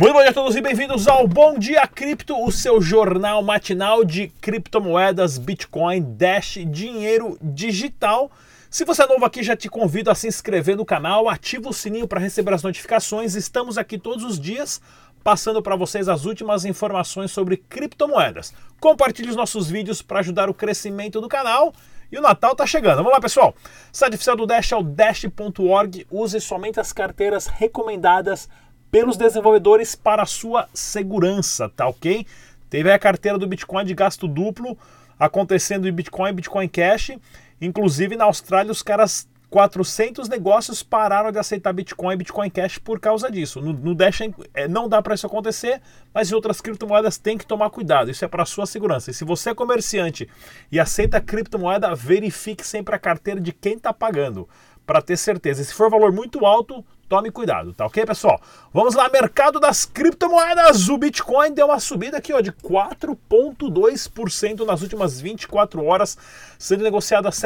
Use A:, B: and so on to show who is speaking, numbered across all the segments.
A: Muito bom dia a todos e bem-vindos ao Bom Dia Cripto, o seu jornal matinal de criptomoedas, Bitcoin, Dash, dinheiro digital. Se você é novo aqui, já te convido a se inscrever no canal, ativa o sininho para receber as notificações. Estamos aqui todos os dias passando para vocês as últimas informações sobre criptomoedas. Compartilhe os nossos vídeos para ajudar o crescimento do canal. E o Natal tá chegando. Vamos lá, pessoal. O site oficial do Dash é o dash.org. Use somente as carteiras recomendadas pelos desenvolvedores para a sua segurança, tá ok? Teve a carteira do Bitcoin de gasto duplo acontecendo em Bitcoin, Bitcoin Cash. Inclusive na Austrália os caras, 400 negócios pararam de aceitar Bitcoin e Bitcoin Cash por causa disso. No Dash não dá para isso acontecer, mas em outras criptomoedas tem que tomar cuidado. Isso é para a sua segurança. E se você é comerciante e aceita criptomoeda, verifique sempre a carteira de quem está pagando, para ter certeza. E se for valor muito alto, tome cuidado, tá ok, pessoal? Vamos lá, mercado das criptomoedas. O Bitcoin deu uma subida aqui, ó, de 4,2% nas últimas 24 horas, sendo negociado a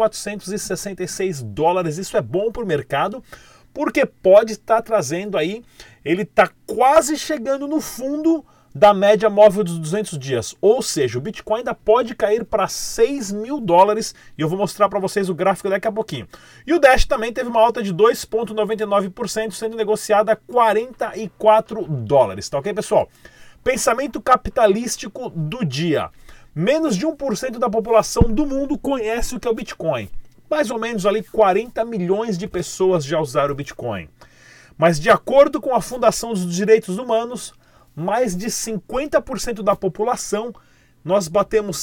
A: 7.466 dólares. Isso é bom para o mercado, porque pode estar trazendo aí, ele está quase chegando no fundo da média móvel dos 200 dias, ou seja, o Bitcoin ainda pode cair para 6 mil dólares e eu vou mostrar para vocês o gráfico daqui a pouquinho. E o Dash também teve uma alta de 2,99%, sendo negociada a 44 dólares, tá ok, pessoal? Pensamento capitalístico do dia. Menos de 1% da população do mundo conhece o que é o Bitcoin. Mais ou menos ali 40 milhões de pessoas já usaram o Bitcoin. Mas de acordo com a Fundação dos Direitos Humanos, mais de 50% da população, nós batemos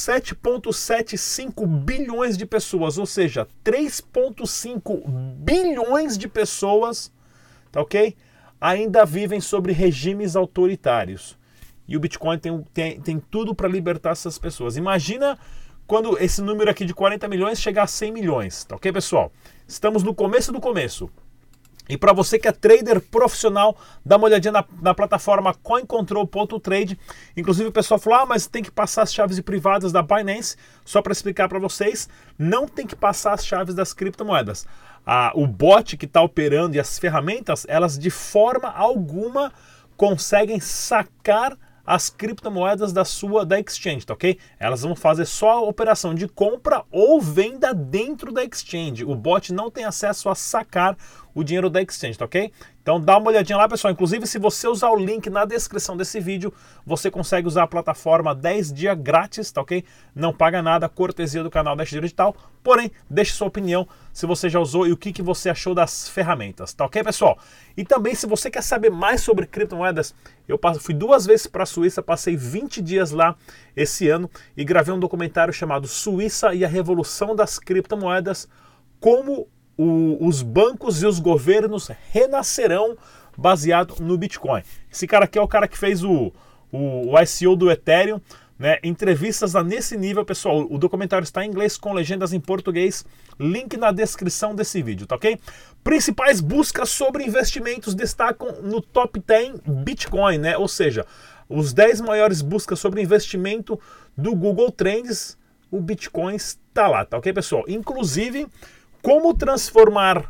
A: 7,75 bilhões de pessoas, ou seja, 3,5 bilhões de pessoas, tá ok? Ainda vivem sobre regimes autoritários. E o Bitcoin tem tudo para libertar essas pessoas. Imagina quando esse número aqui de 40 milhões chegar a 100 milhões, tá ok, pessoal? Estamos no começo do começo. E para você que é trader profissional, dá uma olhadinha na plataforma CoinControl.trade. Inclusive o pessoal falou, mas tem que passar as chaves privadas da Binance. Só para explicar para vocês, não tem que passar as chaves das criptomoedas. O bot que está operando e as ferramentas, elas de forma alguma conseguem sacar as criptomoedas da exchange, tá ok? Elas vão fazer só a operação de compra ou venda dentro da exchange. O bot não tem acesso a sacar o dinheiro da exchange, tá ok? Então dá uma olhadinha lá, pessoal. Inclusive, se você usar o link na descrição desse vídeo, você consegue usar a plataforma 10 dias grátis, tá ok? Não paga nada, cortesia do canal Dash Digital. Porém, deixe sua opinião se você já usou e o que você achou das ferramentas, tá ok, pessoal? E também, se você quer saber mais sobre criptomoedas, eu fui 2 vezes para a Suíça, passei 20 dias lá esse ano e gravei um documentário chamado Suíça e a Revolução das Criptomoedas, como os bancos e os governos renascerão baseado no Bitcoin. Esse cara aqui é o cara que fez o ICO do Ethereum, né? Entrevistas nesse nível, pessoal. O documentário está em inglês com legendas em português. Link na descrição desse vídeo, tá ok? Principais buscas sobre investimentos destacam no top 10 Bitcoin, né? Ou seja, os 10 maiores buscas sobre investimento do Google Trends, o Bitcoin está lá, tá ok, pessoal? Inclusive, como transformar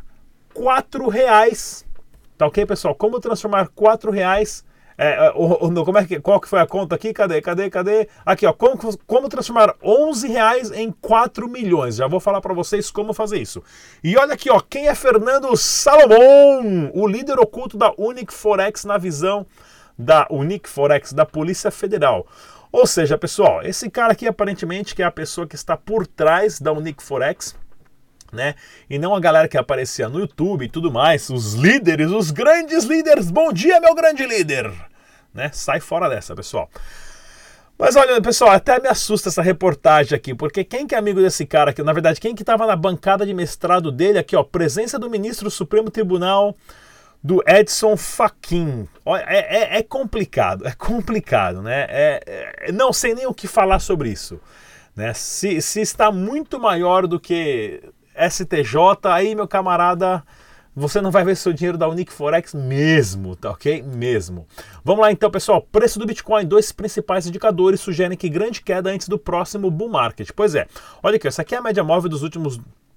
A: R$4, tá ok, pessoal? Como transformar R$4, qual que foi a conta aqui? Cadê? Aqui, ó, como transformar R$11 em 4 milhões. Já vou falar para vocês como fazer isso. E olha aqui, ó, quem é Fernando Salomão, o líder oculto da Unic Forex na visão da Unic Forex, da Polícia Federal. Ou seja, pessoal, esse cara aqui aparentemente que é a pessoa que está por trás da Unic Forex, né? E não a galera que aparecia no YouTube e tudo mais, os líderes, os grandes líderes. Bom dia, meu grande líder, né? Sai fora dessa, pessoal. Mas olha, pessoal, até me assusta essa reportagem aqui, porque quem que é amigo desse cara aqui? Na verdade, quem que estava na bancada de mestrado dele aqui, ó, presença do ministro do Supremo Tribunal, do Edson Fachin. É complicado, né? Não sei nem o que falar sobre isso, né? Se está muito maior do que STJ, aí, meu camarada, você não vai ver seu dinheiro da Unic Forex mesmo, tá ok? Mesmo. Vamos lá então, pessoal. Preço do Bitcoin, 2 principais indicadores sugerem que grande queda antes do próximo bull market. Pois é, olha aqui, essa aqui é a média móvel dos últimos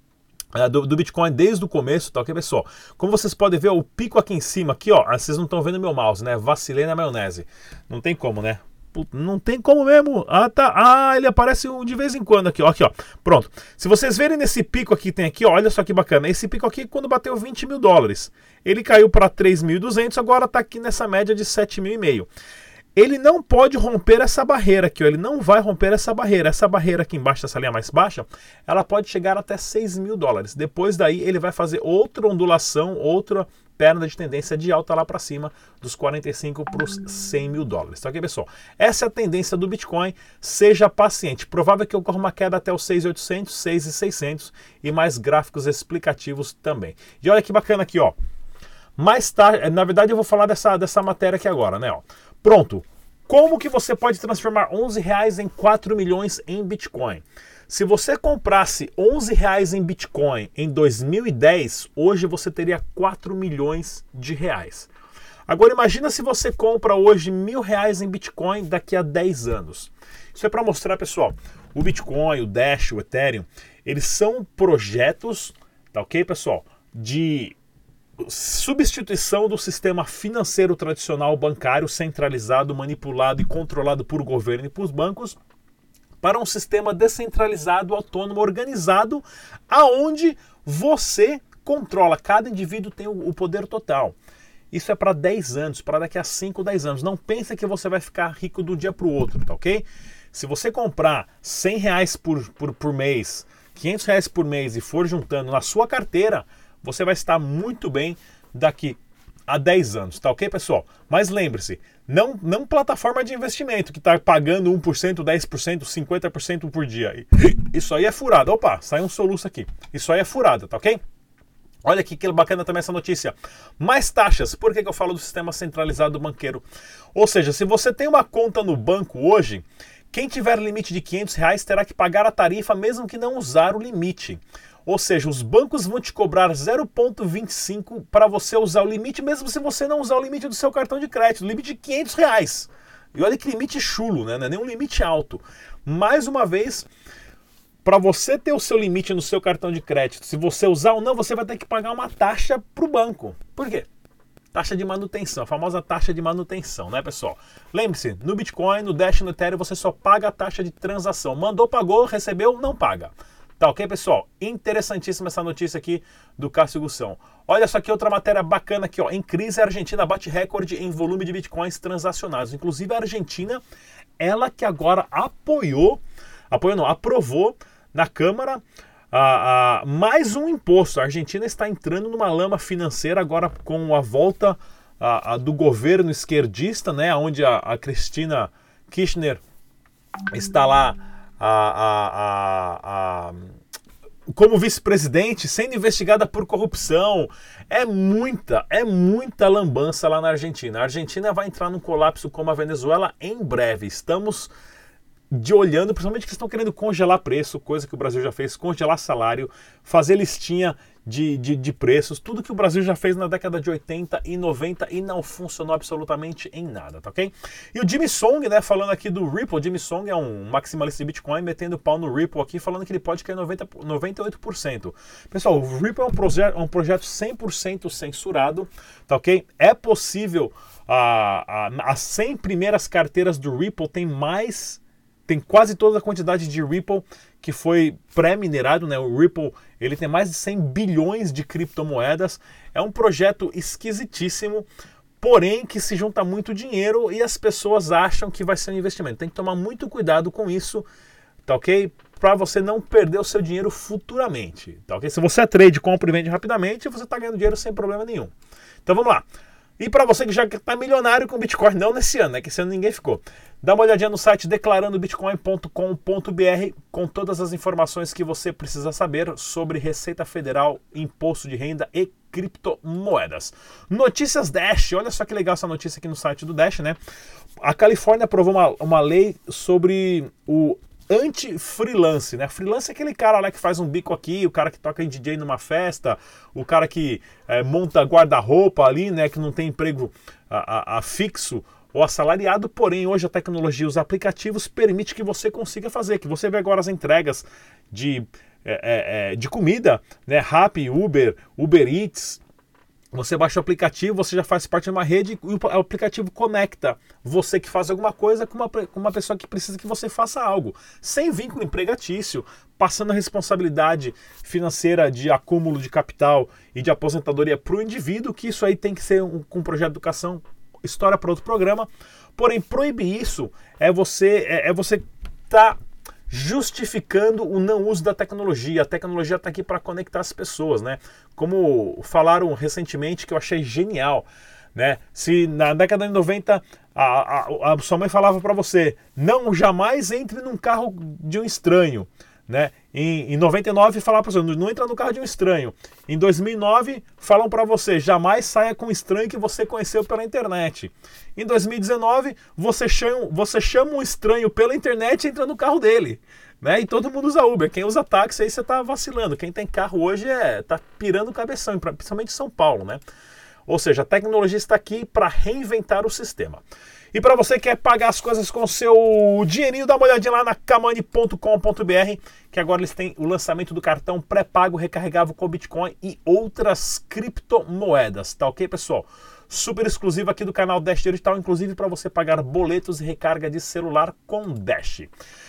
A: do Bitcoin desde o começo, tá ok, pessoal? Como vocês podem ver, o pico aqui em cima, aqui, ó, vocês não estão vendo meu mouse, né? Vacilei na maionese. Não tem como, né? Puta, não tem como mesmo. Ah, tá. Ah, ele aparece de vez em quando aqui, ó. Aqui, ó. Pronto. Se vocês verem nesse pico aqui, tem aqui, ó, olha só que bacana. Esse pico aqui, quando bateu 20 mil dólares, ele caiu para 3.200, agora tá aqui nessa média de 7.500. Ele não pode romper essa barreira aqui, ó. Ele não vai romper essa barreira. Essa barreira aqui embaixo, essa linha mais baixa, ela pode chegar até 6 mil dólares. Depois daí, ele vai fazer outra ondulação, outra perna de tendência de alta lá para cima, dos 45 para os 100 mil dólares. Tá ok, pessoal? Essa é a tendência do Bitcoin. Seja paciente. Provável que ocorra uma queda até os 6.800, 6.600 e mais gráficos explicativos também. E olha que bacana aqui, ó. Mais tarde, na verdade, eu vou falar dessa matéria aqui agora, né? Ó. Pronto. Como que você pode transformar 11 reais em 4 milhões em Bitcoin? Se você comprasse 11 reais em Bitcoin em 2010, hoje você teria 4 milhões de reais. Agora imagina se você compra hoje R$1.000 em Bitcoin daqui a 10 anos. Isso é para mostrar, pessoal, o Bitcoin, o Dash, o Ethereum, eles são projetos, tá ok, pessoal, de substituição do sistema financeiro tradicional bancário centralizado, manipulado e controlado por governo e por bancos para um sistema descentralizado, autônomo, organizado, aonde você controla, cada indivíduo tem o poder total. Isso é para 10 anos, para daqui a 5, 10 anos. Não pense que você vai ficar rico de um dia para o outro, tá ok? Se você comprar R$100 por mês, R$500 por mês e for juntando na sua carteira, você vai estar muito bem daqui a 10 anos, tá ok, pessoal? Mas lembre-se, não plataforma de investimento que está pagando 1%, 10%, 50% por dia. Isso aí é furada. Opa, sai um soluço aqui. Isso aí é furada, tá ok? Olha aqui que bacana também essa notícia. Mais taxas. Por que eu falo do sistema centralizado banqueiro? Ou seja, se você tem uma conta no banco hoje, quem tiver limite de R$500 terá que pagar a tarifa mesmo que não usar o limite. Ou seja, os bancos vão te cobrar 0,25 para você usar o limite, mesmo se você não usar o limite do seu cartão de crédito, limite de R$500. E olha que limite chulo, né? Não é nem um limite alto. Mais uma vez, para você ter o seu limite no seu cartão de crédito, se você usar ou não, você vai ter que pagar uma taxa para o banco. Por quê? Taxa de manutenção, a famosa taxa de manutenção, né, pessoal? Lembre-se, no Bitcoin, no Dash, no Ethereum, você só paga a taxa de transação. Mandou, pagou, recebeu, não paga. Tá ok, pessoal? Interessantíssima essa notícia aqui do Cássio Gussão. Olha só aqui outra matéria bacana aqui, ó. Em crise, a Argentina bate recorde em volume de bitcoins transacionados. Inclusive, a Argentina, ela que agora aprovou na Câmara mais um imposto. A Argentina está entrando numa lama financeira agora com a volta do governo esquerdista, né? Onde a Cristina Kirchner está lá como vice-presidente, sendo investigada por corrupção. É muita lambança lá na Argentina. A Argentina vai entrar num colapso como a Venezuela em breve. Estamos olhando, principalmente que estão querendo congelar preço, coisa que o Brasil já fez, congelar salário, fazer listinha de preços, tudo que o Brasil já fez na década de 80 e 90 e não funcionou absolutamente em nada, tá ok? E o Jimmy Song, né, falando aqui do Ripple, o Jimmy Song é um maximalista de Bitcoin, metendo pau no Ripple aqui, falando que ele pode cair 98%. Pessoal, o Ripple é um projeto 100% censurado, tá ok? É possível, as 100 primeiras carteiras do Ripple tem quase toda a quantidade de Ripple que foi pré-minerado, né? O Ripple, ele tem mais de 100 bilhões de criptomoedas. É um projeto esquisitíssimo, porém que se junta muito dinheiro e as pessoas acham que vai ser um investimento. Tem que tomar muito cuidado com isso, tá ok? Para você não perder o seu dinheiro futuramente, tá ok? Se você é trade, compra e vende rapidamente, você está ganhando dinheiro sem problema nenhum. Então vamos lá. E para você que já está milionário com Bitcoin, não nesse ano, né? Que esse ano ninguém ficou. Dá uma olhadinha no site declarandobitcoin.com.br com todas as informações que você precisa saber sobre Receita Federal, Imposto de Renda e criptomoedas. Notícias Dash, olha só que legal essa notícia aqui no site do Dash, né? A Califórnia aprovou uma lei sobre o anti-freelance, né? Freelance é aquele cara lá que faz um bico aqui, o cara que toca em DJ numa festa, o cara que monta guarda-roupa ali, né? Que não tem emprego fixo ou assalariado, porém hoje a tecnologia, os aplicativos permite que você consiga fazer, que você vê agora as entregas de de comida, né? Rappi, Uber Eats. Você baixa o aplicativo, você já faz parte de uma rede e o aplicativo conecta você que faz alguma coisa com uma pessoa que precisa que você faça algo, sem vínculo empregatício, passando a responsabilidade financeira de acúmulo de capital e de aposentadoria para o indivíduo, que isso aí tem que ser um projeto de educação, história para outro programa. Porém, proibir isso é você tá justificando o não uso da tecnologia. A tecnologia está aqui para conectar as pessoas, né? Como falaram recentemente, que eu achei genial, né? Se na década de 90 a sua mãe falava para você, não jamais entre num carro de um estranho, né? Em 99 falavam para você, não entra no carro de um estranho. Em 2009 falam para você, jamais saia com um estranho que você conheceu pela internet. Em 2019 você chama um estranho pela internet e entra no carro dele, né? E todo mundo usa Uber. Quem usa táxi aí você tá vacilando. Quem tem carro hoje tá pirando o cabeção, principalmente em São Paulo, né? Ou seja, a tecnologia está aqui para reinventar o sistema. E para você que quer pagar as coisas com o seu dinheirinho, dá uma olhadinha lá na kamani.com.br, que agora eles têm o lançamento do cartão pré-pago recarregável com Bitcoin e outras criptomoedas, tá ok, pessoal? Super exclusivo aqui do canal Dash Digital, inclusive para você pagar boletos e recarga de celular com Dash.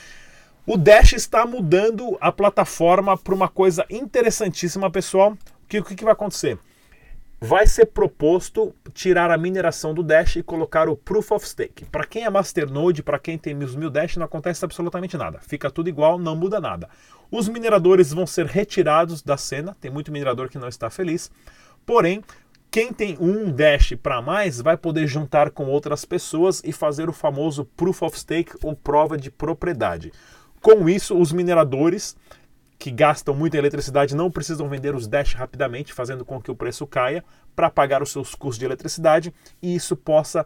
A: O Dash está mudando a plataforma para uma coisa interessantíssima, pessoal. O que vai acontecer? Vai ser proposto tirar a mineração do Dash e colocar o Proof of Stake. Para quem é Masternode, para quem tem os 1000 Dash, não acontece absolutamente nada. Fica tudo igual, não muda nada. Os mineradores vão ser retirados da cena. Tem muito minerador que não está feliz. Porém, quem tem um Dash para mais vai poder juntar com outras pessoas e fazer o famoso Proof of Stake ou prova de propriedade. Com isso, os mineradores que gastam muita eletricidade não precisam vender os Dash rapidamente, fazendo com que o preço caia para pagar os seus custos de eletricidade e isso possa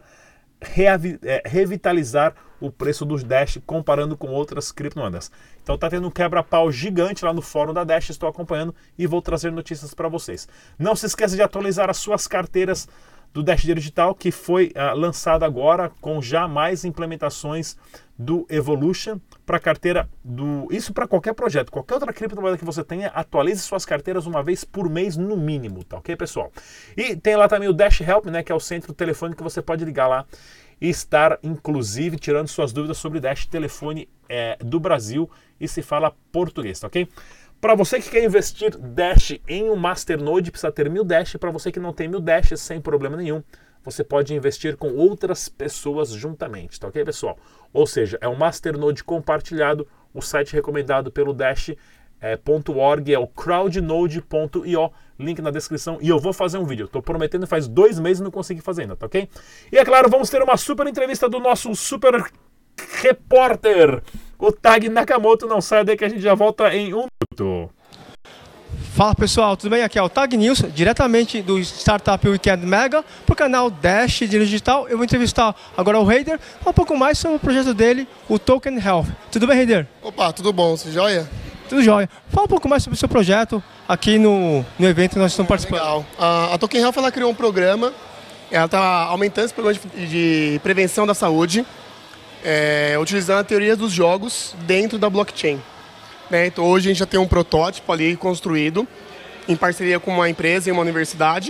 A: revitalizar o preço dos Dash comparando com outras criptomoedas. Então está tendo um quebra-pau gigante lá no fórum da Dash, estou acompanhando e vou trazer notícias para vocês. Não se esqueça de atualizar as suas carteiras do Dash Digital, que foi lançado agora com já mais implementações do Evolution para a carteira do... Isso para qualquer projeto, qualquer outra criptomoeda que você tenha, atualize suas carteiras uma vez por mês no mínimo, tá ok, pessoal? E tem lá também o Dash Help, né, que é o centro telefônico que você pode ligar lá e estar, inclusive, tirando suas dúvidas sobre Dash, telefone do Brasil e se fala português, tá ok? Para você que quer investir Dash em um Masternode, precisa ter 1000 Dash. Para você que não tem 1000 Dash, sem problema nenhum, você pode investir com outras pessoas juntamente, tá ok, pessoal? Ou seja, é um Masternode compartilhado. O site recomendado pelo Dash.org é o crowdnode.io, link na descrição. E eu vou fazer um vídeo, estou prometendo, faz 2 meses e não consegui fazer ainda, tá ok? E é claro, vamos ter uma super entrevista do nosso super repórter, o Tag Nakamoto. Não sai daí que a gente já volta em um minuto.
B: Fala pessoal, tudo bem? Aqui é o Tag News, diretamente do Startup Weekend Mega, para o canal Dash Digital. Eu vou entrevistar agora o Heider, um pouco mais sobre o projeto dele, o Token Health. Tudo bem, Heider?
C: Opa, tudo bom? Você joia?
B: Tudo jóia. Fala um pouco mais sobre o seu projeto aqui no evento que nós estamos participando.
C: Legal. A Token Health ela criou um programa, ela está aumentando esse programa de prevenção da saúde, utilizando a teoria dos jogos dentro da blockchain. Então, hoje a gente já tem um protótipo ali construído, em parceria com uma empresa e uma universidade.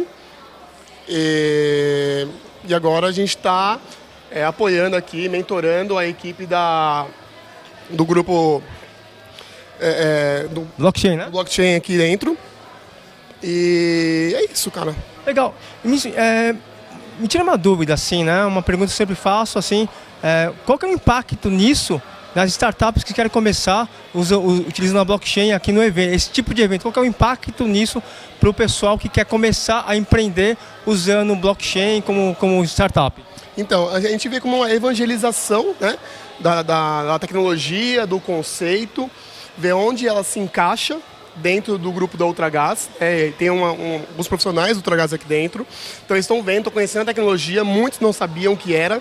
C: E agora a gente está apoiando aqui, mentorando a equipe do grupo do
B: blockchain, né?
C: Blockchain aqui dentro. E é isso, cara.
B: Legal. Me tira uma dúvida, assim, né? Uma pergunta que eu sempre faço, assim, qual que é o impacto nisso nas startups que querem começar utilizando a blockchain aqui no evento, esse tipo de evento? Qual que é o impacto nisso para o pessoal que quer começar a empreender usando blockchain como startup?
C: Então, a gente vê como uma evangelização, né, da tecnologia, do conceito, ver onde ela se encaixa dentro do grupo da Ultragaz. Tem alguns profissionais do Ultragaz aqui dentro, então eles estão vendo, estão conhecendo a tecnologia, muitos não sabiam o que era.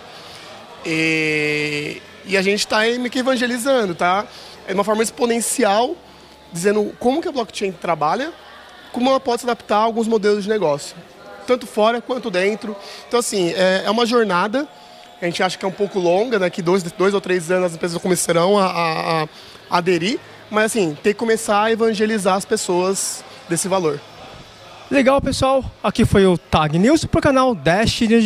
C: E a gente está meio que evangelizando, tá? É uma forma exponencial, dizendo como que a blockchain trabalha, como ela pode se adaptar a alguns modelos de negócio, tanto fora quanto dentro. Então, assim, é uma jornada, a gente acha que é um pouco longa, né? Que 2 ou 3 anos as empresas começarão a aderir, mas assim, tem que começar a evangelizar as pessoas desse valor.
B: Legal, pessoal. Aqui foi o Tag News para o canal Dash